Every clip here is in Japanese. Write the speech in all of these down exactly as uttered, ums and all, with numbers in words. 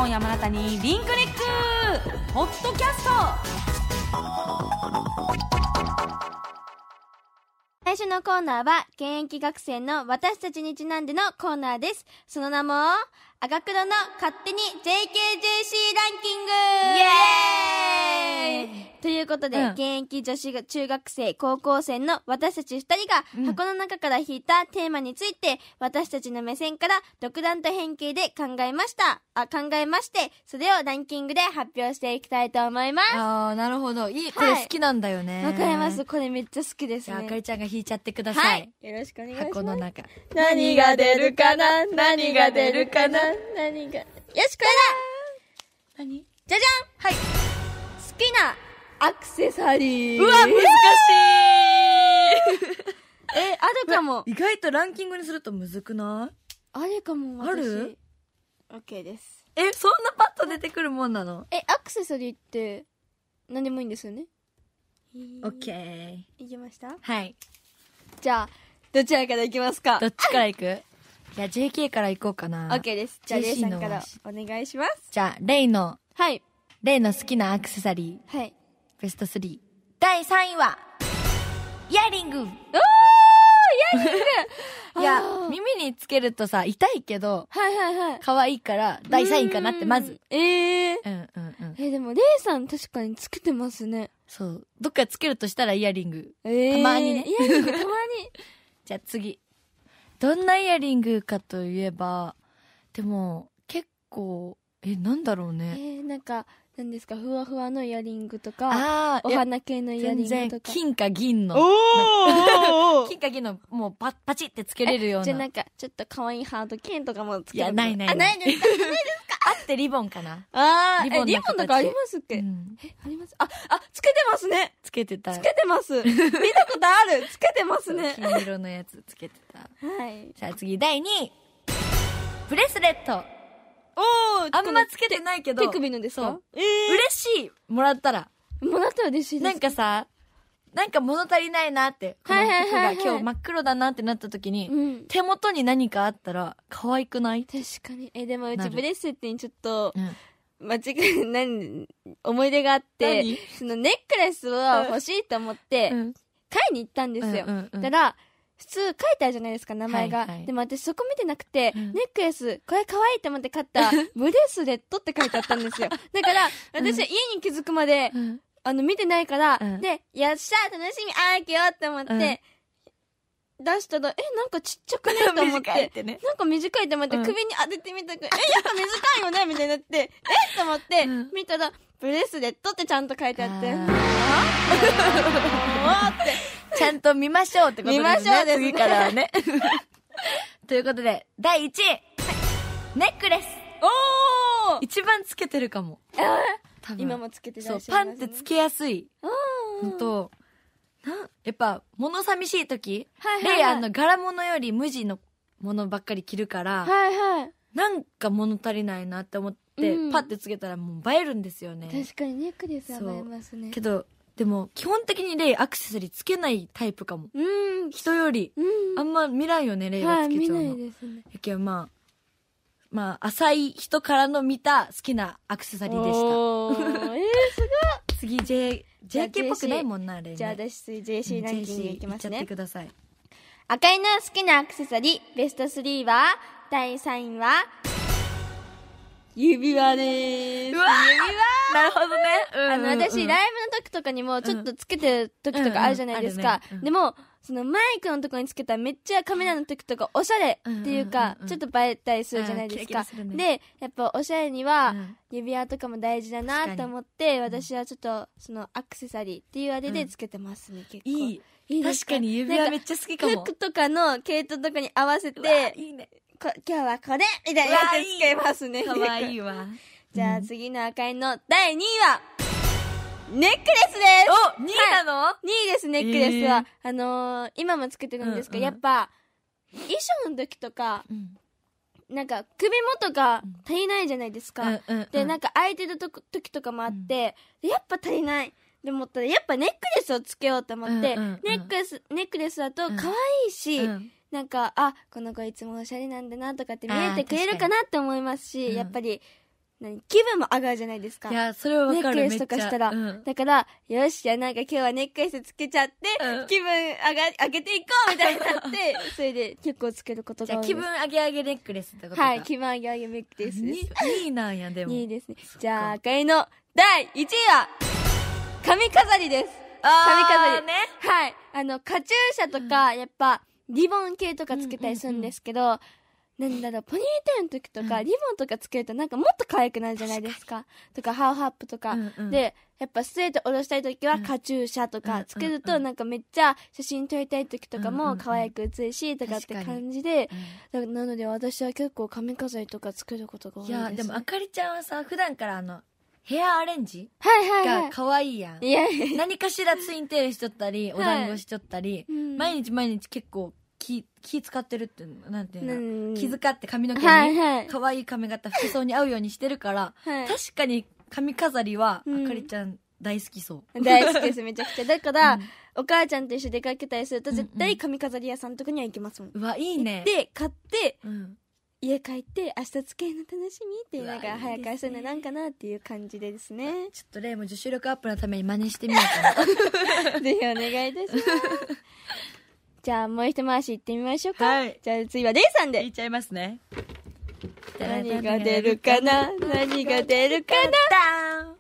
今夜もあなたにリンクリックポッドキャスト。 最初のコーナーは現役学生の私たちにちなんでのコーナーです。その名も赤黒の勝手に ジェイケージェーシー ランキングイエーイということで、うん、現役女子が中学生高校生の私たちふたりが箱の中から引いたテーマについて、うん、私たちの目線から独断と偏見で考えましたあ考えましてそれをランキングで発表していきたいと思います。 あーなるほどいい、これ好きなんだよね。 わ、はい、かります。これめっちゃ好きですね。 あかりちゃんが引いちゃってください、はい、 よろしくお願いします。 箱の中何が出るかな何が出るかな何がよしこれだ。何じゃじゃん。はい、好きなアクセサリー。 うわ難しいえあるかも。 意外とランキングにするとむずくない？ あるかも。私ある？ OK です。 えそんなパッと出てくるもんなの？ えアクセサリーって何でもいいんですよね。 OK いきました。 はい、 じゃあどちらからいきますか？ どっちからいく？じゃあ ジェーケー からいこうかな。 OK です。じゃあレイさんからお願いします。 じゃあレイのはいレイの好きなアクセサリー、 はい、 ベストスリーだいさんいはイヤリング。おーイヤリングいや耳につけるとさ痛いけどはいはいはい可愛いからだいさんいかなってまず。 えー、 うんうんうんえー、でもレイさん確かにつけてますね。 そうどっかつけるとしたらイヤリング、 えー、 たまにねイヤリングたまにじゃあ次どんなイヤリングかといえばでも結構えなんだろうね。 えー、なんかなんですかふわふわのイヤリングとかあお花系のイヤリングとか全然金か銀のお金か銀のもうパパチってつけれるような。 じゃあなんかちょっと可愛いハート剣とかもつける。 いやないないあないですかないですかあってリボンかな。 あーリボンの形えリボンとかありますっけ、 うん、 えあります。ああつけてますね。 つけてたつけてます見たことあるつけてますね。 金色のやつつけてた。 はいさあ次だいにいブレスレット。 おーあんまつけてないけど手首のですか？ えー、嬉しいもらったらもらったら嬉しいです。 なんかさなんか物足りないなってこの服が今日真っ黒だなってなった時に、 うん、 手元に何かあったら可愛くない？ 確かに。えでもうちブレスレットにちょっと、 うん、 間違い何思い出があってそのネックレスを欲しいと思って、うん、買いに行ったんですよ、うんうんうん、だから普通書いてあるじゃないですか名前が、はいはい、でも私そこ見てなくて、うん、ネックレスこれ可愛いと思って買ったブレスレットって書いてあったんですよだから私は家に気づくまで、うん、あの見てないから、うん、でよっしゃ楽しみあーきよって思って、うん、出したらえなんかちっちゃくねと思って短いってねなんか短いと思って、うん、首に当ててみたくえやっぱ短いよねみたいになってえと思って、うん、見たらブレスレットってちゃんと書いてあってああってちゃんと見ましょうってことですね。 見ましょうですね。 次からはね。ということで、だいいちい。はい、ネックレス。 おー一番つけてるかも。 えー、多分今もつけてらっしゃいますね。 そう、パンってつけやすい。ほんと、な、やっぱ、物寂しい時、はいはいはい、レイあの、柄物より無地のものばっかり着るから、 はいはい。 なんか物足りないなって思って、うん、パッてつけたらもう映えるんですよね。 確かにネックレスは映えますね。 けど、でも基本的にレイアクセサリーつけないタイプかも。うん人より、うん、あんま見ないよねレイがつけちゃうの。 はい、見ないですね。 やけどまあまあ浅い人からの見た好きなアクセサリーでした。 おーえー、すごい。 次 J JK っぽくないもんなレイ、ね。 じゃあ私 ジェーシー ランキングいきますね。 いっちゃってください。 赤いの好きなアクセサリーベストスリーはだいさんいは指輪でーす。 うわー指輪なるほどね。 うんうんうん、あの、私、ライブの時とかにも、ちょっとつけてる時とかあるじゃないですか。うんうんねうん、でも、そのマイクのところにつけたらめっちゃカメラの時とかおしゃれっていうか、うんうんうん、ちょっと映えたりするじゃないですか。うんね、で、やっぱおしゃれには、指輪とかも大事だなと思って、うん、私はちょっと、そのアクセサリーっていうあれでつけてますね、うん、結構。 いい。いい確かに指輪めっちゃ好きかも。 服とかの毛糸とかに合わせて、 いいね。 こ今日はこれみたいなやつつけますね。 かわいいわ。 じゃあ次の赤いのだいにいは、ネックレスです。 お !にいなの、 はい、にいです、ネックレスは。えー、あのー、今もつけてるんですけど、うんうん、やっぱ、衣装の時とか、うん、なんか首元が足りないじゃないですか。うんうんうん、で、なんか空いてる時とかもあって、うん、やっぱ足りない。って思ったら、やっぱネックレスをつけようと思って、うんうんうん、ネックレス、ネックレスだと可愛いし、うんうんなんか、あ、この子いつもおしゃれなんだなとかって見えてくれるかなって思いますし、やっぱり、 何気分も上がるじゃないですか。 いや、それはわかる。 ネックレスとかしたら。うん、だから、よし、じゃあなんか今日はネックレスつけちゃって、うん、気分上が、上げていこうみたいになって、それで結構つけることが多いです。 じゃあ気分上げ上げネックレスってことか。 はい、気分上げ上げネックレスです。 にいなんや、でも。 にいですね。じゃあ、あかりのだいいちいは、髪飾りです。髪飾り。ね。はい。あの、カチューシャとか、やっぱ、リボン系とかつけたりするんですけど、うんうんうんなんだろう、ポニーテールの時とか、うん、リボンとかつけるとなんかもっと可愛くなるじゃないですか。とか、ハーフアップとか、うんうん。で、やっぱストレート下ろしたい時はカチューシャとかつけるとなんかめっちゃ写真撮りたい時とかも可愛く写るし、とかって感じで、うんうん、なので私は結構髪飾りとか作ることが多いです、ね。 いや、でもあかりちゃんはさ、普段からあの、ヘアアレンジはいはいはい。 が可愛いやん。いやいや何かしらツインテールしとったり、お団子しとったり、はい、毎日毎日結構、気、気使ってるってなんていうの、気遣って髪の毛に、はいはい、可愛い髪型服装に合うようにしてるから、はい、確かに髪飾りは、あかりちゃん大好きそう。 大好きです、めちゃくちゃ。だから、うん、お母ちゃんと一緒に出かけたりすると、絶対髪飾り屋さんとかには行きますもん。 うわ、いいね。 で、買って、うん、家帰って、明日つけるの楽しみって、なんか、早くするのなんかなっていう感じでですね。 ちょっとレイも女子力アップのために真似してみようかな。ぜひお願いいたします。じゃあもう一回し行ってみましょうか。はい。じゃあ次はレイさんで。 言っちゃいますね。 何が出るかな何が出るかな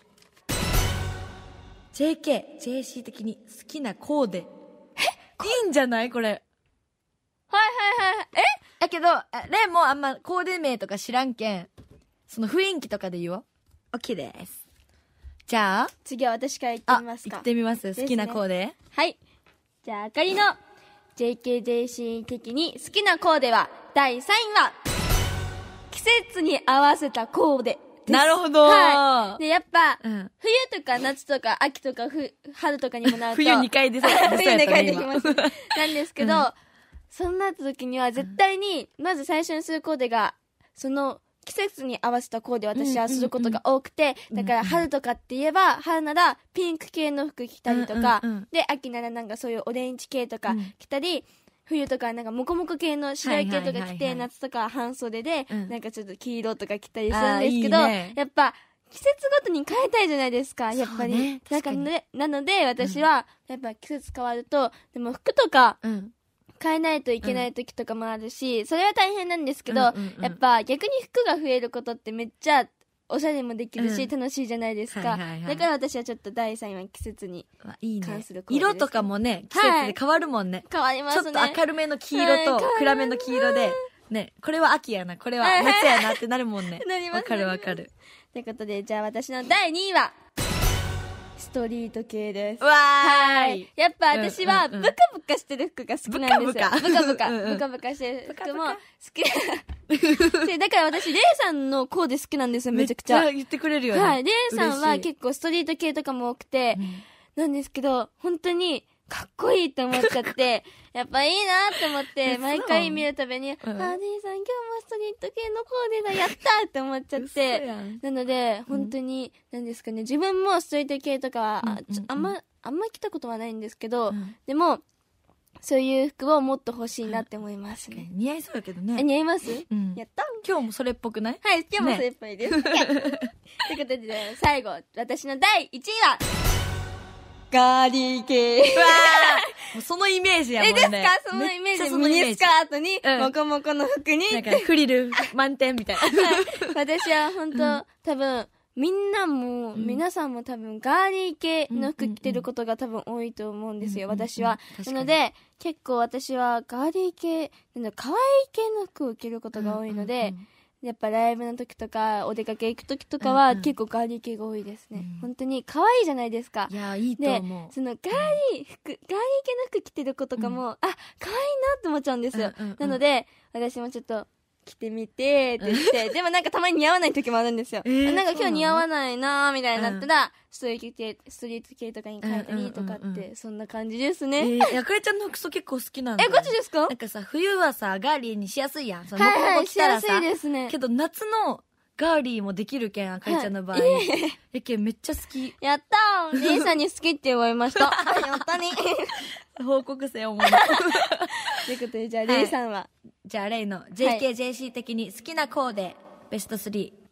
ジェーケー、ジェーシー 的に好きなコーデ。えいいんじゃないこれ。はいはいはい。えだけど、レイもあんまコーデ名とか知らんけん、その雰囲気とかで言おう。OK です。じゃあ次は私から言ってみますか。 言ってみます。好きなコーデ、 ね、はい。じゃああかりのジェーケージェーシー 的に好きなコーデは、だいさんいは、季節に合わせたコーデです。 なるほど。 はい。で、やっぱ、うん、冬とか夏とか秋とかふ春とかにもなると。 冬にかいでそう。 冬にかいできます。なんですけど、うん、そんな時には絶対に、まず最初にするコーデが、その、季節に合わせたコーデを私はすることが多くて、だから春とかって言えば、春ならピンク系の服着たりとか、で、秋ならなんかそういうオレンジ系とか着たり、冬とかなんかモコモコ系の白い系とか着て、夏とか半袖で、なんかちょっと黄色とか着たりするんですけど、やっぱ、季節ごとに変えたいじゃないですか、やっぱり。なんかね、なので私は、やっぱ季節変わると、でも服とか、変えないといけない時とかもあるし、うん、それは大変なんですけど、うんうんうん、やっぱ逆に服が増えることってめっちゃおしゃれもできるし、うん、楽しいじゃないですか、はいはいはい。だから私はちょっとだいさんいは季節に関するコーデです、ね。 色とかもね、季節で変わるもんね。はい、 変わりますね。 ちょっと明るめの黄色と暗めの黄色で、ね、これは秋やな、これは夏やなってなるもんね。 なります。 わかるわかる。 ということで、じゃあ私のだいにいは、ストリート系です。 わーい。 はい。やっぱ私は、ブカブカしてる服が好きなんですよ。ブカブカ。ブカブカしてる服も好き。だから私、レイさんのコーデ好きなんですよ、めちゃくちゃ。 めっちゃ言ってくれるよね。 はい。レイさんは結構ストリート系とかも多くて、なんですけど、本当に、かっこいいって思っちゃって、やっぱいいなって思って、毎回見るたびに、うん、あ、レイさん今日もストリート系のコーデだ、やったって思っちゃって、なので、本当に、うん、なんですかね、自分もストリート系とかは、うんうんうん、あんま、あんま着たことはないんですけど、うん、でも、そういう服をもっと欲しいなって思いますね。 似合いそうだけどね。 似合います、うん、やった今日もそれっぽくない？ はい、今日もそれっぽいです。ね、ということで、最後、私のだいいちいは、ガーリー系。うわーもうそのイメージやもんね。 え、ですかそのイメージ。ミニスカートに、モコモコの服に。 なんかフリル満点みたいな。 私は本当、うん、多分、みんなも、うん、皆さんも多分、ガーリー系の服着てることが多分多いと思うんですよ、うんうんうん、私は。なので、結構私はガーリー系、なんだ、可愛い系の服を着ることが多いので、うんうんうんやっぱライブの時とかお出かけ行く時とかは、うんうん、結構ガーリー系が多いですね、うん、本当に可愛いじゃないですか。 いやいいと思う。 でそのガーリー服、うん、ガーリー系の服着てる子とかも、うん、あ可愛いなって思っちゃうんですよ、うんうんうん、なので私もちょっと着てみてって言ってでもなんかたまに似合わない時もあるんですよ、えー、なんか今日似合わないなーみたいになったら、うん、ストリート系ストリート系とかに変えたりとかって、うんうんうんうん、そんな感じですね。 えー、あかりちゃんの服装結構好きなんだ。 えガチですか？ なんかさ冬はさガーリーにしやすいやん。そのはいはいしやすいですね。 けど夏のガーリーもできるけんあかりちゃんの場合、はい、やけんめっちゃ好き。 やったーレイさんに好きって言われましたやったね報告せよもうということでじゃあレイさんは、 はい、じゃあレイの ジェーケージェーシー 的に好きなコーデベストスリー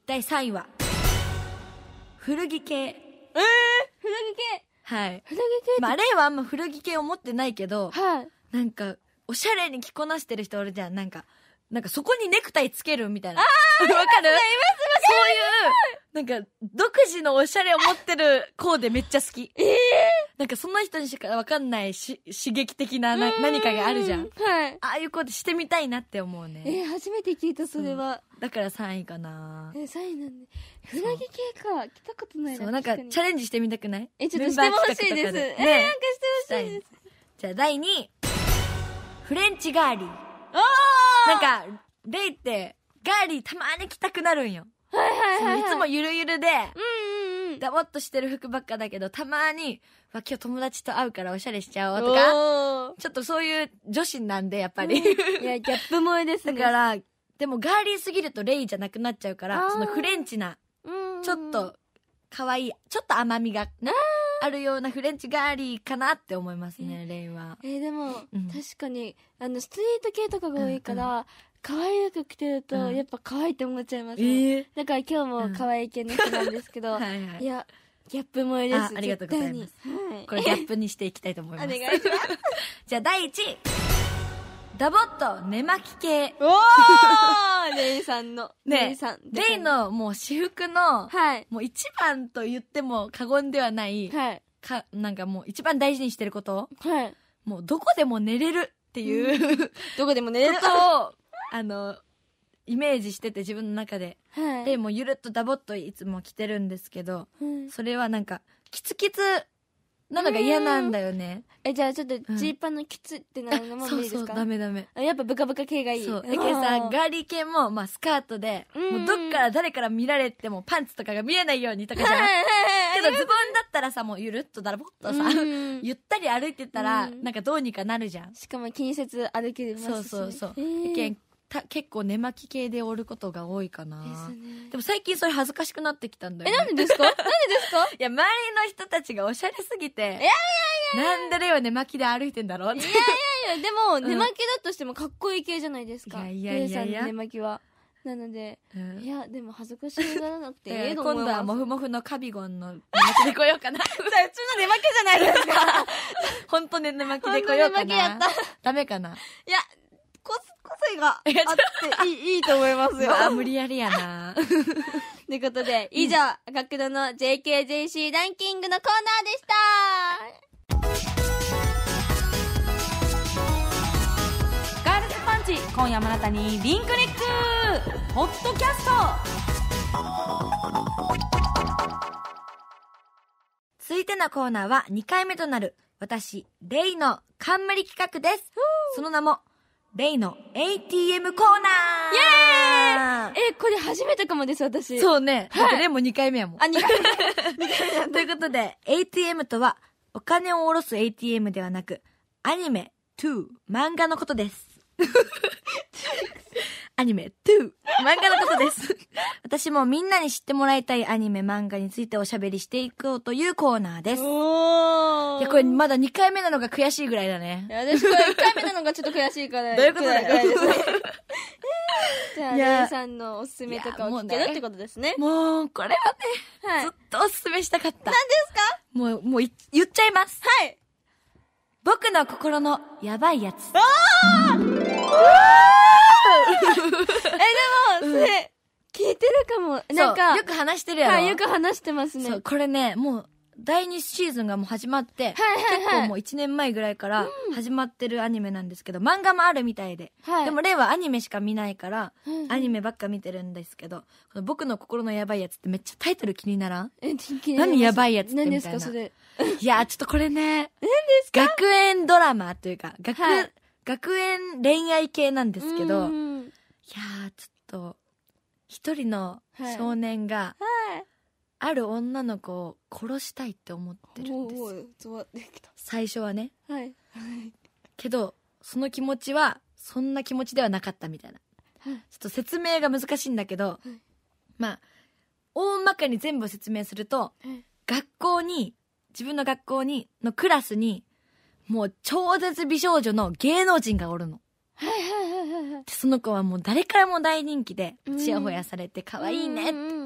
だいさんいは、古着系。 えー、古着系。 はい。 古着系。 まあ、レイはあんま古着系を持ってないけど、 はい。 なんか、おしゃれに着こなしてる人おるじゃん。なんか、なんかそこにネクタイつけるみたいな。 あーわかる？ そういう、 なんか、独自のおしゃれを持ってるコーデめっちゃ好き。 ええー、 なんかその人にしかわかんないし刺激的なな何かがあるじゃん。 はい。 ああいうコーデしてみたいなって思うね。 えー、初めて聞いた、それは。 だからさんいかな。 えー、さんいなんで。古着系か。着たことないな。 そう、なんかチャレンジしてみたくない？ え、ちょっとしてほしいです。 ね、 えー、なんかしてほしいです。 じゃあだいにい、フレンチガーリー。 おーなんか、レイって、ガーリーたまに着たくなるんよ。 はいはいはい、はい。 いつもゆるゆるで、 うんうんうん。 ダボっとしてる服ばっかだけど、たまに、わ、今日友達と会うからおしゃれしちゃおうとか、ちょっとそういう女子なんで、やっぱり。うん、 いや、ギャップ萌えですね。 だから、でもガーリーすぎるとレイじゃなくなっちゃうから、そのフレンチな、ちょっと、可愛い、ちょっと甘みが、あるようなフレンチガーリーかなって思いますね、レイは。 えー、でも、うん、確かに、あの、ストリート系とかが多いから、うんうん、可愛く着てると、やっぱ可愛いって思っちゃいますね。えー、だから今日も可愛い系の人なんですけど、はいはい、いや、ギャップ萌えです。 あ、ありがとうございます。はい、これギャップにしていきたいと思います。 お願いします。 じゃあだいいちい。ダボっと寝巻き系。 おーレイさんの。 ね、レイさん。レイのもう私服の、はい、もう一番と言っても過言ではない、はい、か、なんかもう一番大事にしてること、はい、もうどこでも寝れるっていう、うん、 どこでも寝れることを、あの、イメージしてて自分の中で。はい、で、もうゆるっとダボっといつも着てるんですけど、うん、それはなんか、キツキツなのが嫌なんだよね。 え、じゃあちょっとジーパンのキツってなるのもいいですか？ そうそう、ダメダメ。 やっぱブカブカ系がいい。 そう。だけどさ、ガーリー系も、まあスカートで、もうどっから誰から見られてもパンツとかが見えないようにとかじゃん。けどズボンだったらさ、もうゆるっとだらぼっとさ、ゆったり歩いてたら、なんかどうにかなるじゃん。 しかも気にせず歩けるますし。 そうそうそう。た結構寝巻き系でおることが多いかな。ですね。でも最近それ恥ずかしくなってきたんだよ、ね。 え、なんでですか？なんでですか？ いや、周りの人たちがおしゃれすぎて。いやいやいやなんでレイは寝巻きで歩いてんだろうって。 いやいやいや、でも、寝巻きだとしてもかっこいい系じゃないですか。 いやいやいやいや。 寝巻きは。なので、うん、いや、でも恥ずかしいがらなくてええと思います。 今度はモフモフのカビゴンの寝巻きで来ようかな。 普通の寝巻きじゃないですか。 本当に寝巻きで来ようかな。 寝巻きやった。 ダメかな。 いや、個性があっていい、いいと思いますよ。 あ、無理やりやな。 ということで、以上、学童の ジェーケージェーシー ランキングのコーナーでした。 ガールズパンチ、今夜もあなたにリンクリックポッドキャスト。 続いてのコーナーはにかいめとなる私レイの冠企画です。その名もレイの エーティーエム コーナー。 イエーイ。え、これ初めてかもです、私。 そうね。はい。レイもにかいめやもん。 あ、にかいめ。にかいめということで エーティーエム とはお金を下ろす エーティーエム ではなくアニメトゥー漫画のことです。アニメトゥー漫画のことです。私もみんなに知ってもらいたいアニメ漫画についておしゃべりしていこうというコーナーです。 おー。 いや、これまだにかいめなのが悔しいぐらいだね。 いや、私これいっかいめなのがちょっと悔しいから。 どういうことだよ。 ですね。じゃあ、レイさんのおすすめとかを聞けるってことですね。 もう、これはね、はい、ずっとおすすめしたかった。 何ですか？ もう、もう言っちゃいます。 はい。 僕の心のやばいやつ。 あーえ、でも、それ、聞いてるかも。なんか、 よく話してるやろ。 はい、よく話してますね。 そう、これね、もう、だいにシーズンがもう始まって、はいはいはい、結構もういちねんまえぐらいから始まってるアニメなんですけど、うん、漫画もあるみたいで。はい、でも、レイはアニメしか見ないから、うん、アニメばっか見てるんですけど、この僕の心のやばいやつってめっちゃタイトル気にならん？ え、気になります。 何やばいやつってみたいな。 何ですか、それ。 いや、ちょっとこれね、 何ですか？ 学園ドラマというか、学、はい、学園恋愛系なんですけど、いやー、ちょっと、一人の少年が、はいはい、ある女の子を殺したいって思ってるんですよ。 おー、できた。 最初はね。 はい。 けど、その気持ちは、そんな気持ちではなかったみたいな。はい、ちょっと説明が難しいんだけど、はい、まあ、大まかに全部説明すると、はい、学校に、自分の学校に、のクラスに、もう超絶美少女の芸能人がおるの。はいはいはいはい。で、その子はもう誰からも大人気で、ちやほやされて可愛いねって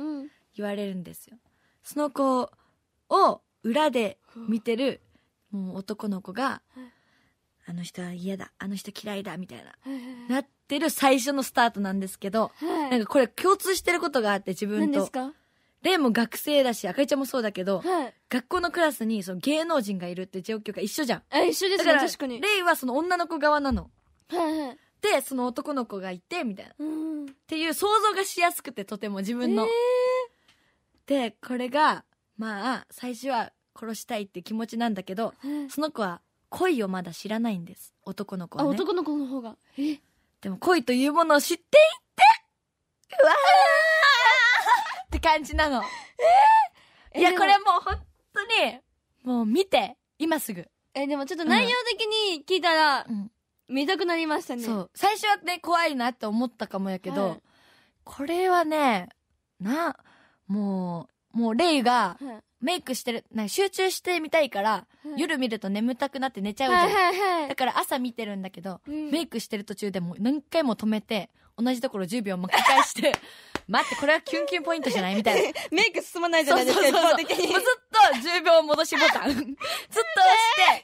言われるんですよ。その子を裏で見てるもう男の子が、あの人は嫌だ、あの人嫌いだみたいな、なってる最初のスタートなんですけど、なんかこれ共通してることがあって、自分と。 何ですか？ レイも学生だし、あかりちゃんもそうだけど、 はい、 学校のクラスにその芸能人がいるって状況が一緒じゃん。 あ、一緒ですね、確かに。 レイはその女の子側なの。 はいはい。 で、その男の子がいて、みたいな。 うん、 っていう想像がしやすくて、とても自分の。えー、で、これが、まあ、最初は殺したいって気持ちなんだけど、その子は恋をまだ知らないんです。男の子はね。 あ、男の子の方が。えでも恋というものを知っていって、うわーって感じなの。えー、いや、これもう本当に、もう見て、今すぐ。 え、でもちょっと内容的に聞いたら、うん、見たくなりましたね。 そう。最初はね、怖いなって思ったかもやけど、はい、これはね、な、もう、もうレイが、メイクしてる、なんか集中してみたいから、はい、夜見ると眠たくなって寝ちゃうじゃん。はいはいはい、だから朝見てるんだけど、うん、メイクしてる途中でも何回も止めて、同じところじゅうびょう巻き返して、待って、これはキュンキュンポイントじゃないみたいな。 メイク進まないじゃないですか、 一方的に。もうずっとじゅうびょう戻しボタン。ずっと押して、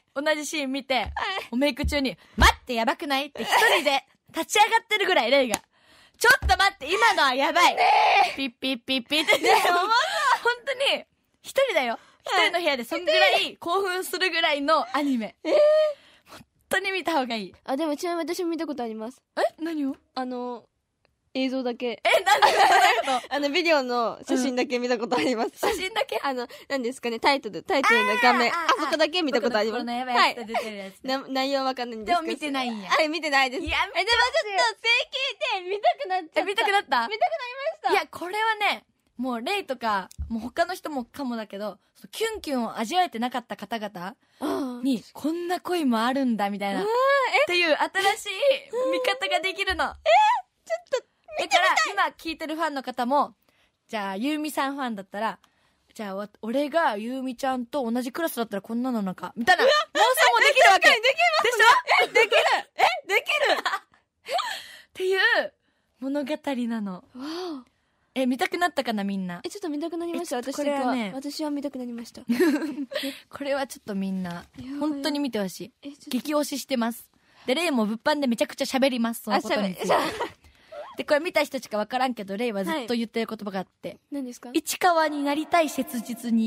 同じシーン見て、メイク中に、待ってやばくないって一人で立ち上がってるぐらい、レイが。ちょっと待って、今のはやばい。ピッピッピッピッって。本当に、一人だよ。一人の部屋でそんぐらい興奮するぐらいのアニメ。えー、本当に見た方がいい。 あ、でもちなみに私も見たことあります。 え？何を？ あの、映像だけ。 え、なんであの、ビデオの写真だけ見たことあります。 うん、写真だけあの、何ですかね、タイトル、タイトルの画面。あ, あ, あそこだけ見たことあります。 はい。出てるやつ。 な内容わかんないんですけど。 でも見てないんや。 はい、見てないです。いや、え、でもちょっと、整形で見たくなっちゃった。 え、見たくなった？ 見たくなりました。 いや、これはね、もうレイとか、もう他の人もかもだけど、キュンキュンを味わえてなかった方々に、こんな恋もあるんだ、みたいな。っていう新しい見方ができるの。えちょっと、 だから今聞いてるファンの方も、じゃあゆうみさんファンだったら、じゃあ俺がゆうみちゃんと同じクラスだったらこんなのなんかみたいな妄想もできるわけ。 できますでしょ。えできるえできるっていう物語なの。わお。え見たくなったかなみんな。 えちょっと見たくなりました。私はね私は見たくなりました。 これはちょっとみんな本当に見てほしい。激推ししてます。でレイも物販でめちゃくちゃ喋ります。そのことについて。でこれ見た人しか分からんけどレイはずっと言ってる言葉があって、 何、はい、ですか？ 市川になりたい切実に。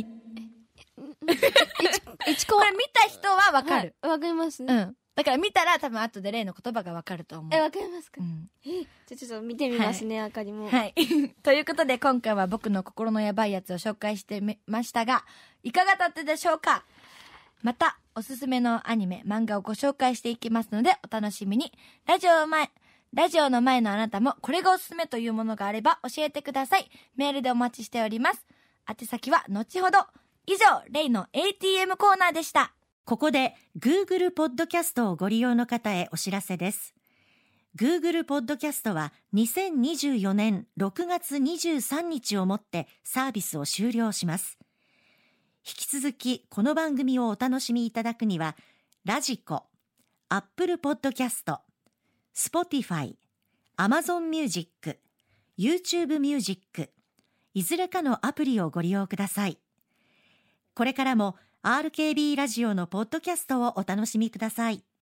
市川これ見た人は分かる。 わ、はい、かりますね。 うんだから見たら多分後でレイの言葉が分かると思う。 え分かりますか？うん、えじゃあちょっと見てみますね、はい、あかりも。 はいということで今回は僕の心のやばいやつを紹介してみましたがいかがだったでしょうか？またおすすめのアニメ漫画をご紹介していきますのでお楽しみに。ラジオ前ラジオの前のあなたもこれがおすすめというものがあれば教えてください。メールでお待ちしております。宛先は後ほど。以上レイの エーティーエム コーナーでした。 ここで Google ポッドキャストをご利用の方へお知らせです。Google ポッドキャストはにせんにじゅうよねんろくがつにじゅうさんにちをもってサービスを終了します。引き続きこの番組をお楽しみいただくにはラジコ、Apple ポッドキャスト、Spotify、Amazon Music、YouTube Music、いずれかのアプリをご利用ください。これからも アールケービー ラジオのポッドキャストをお楽しみください。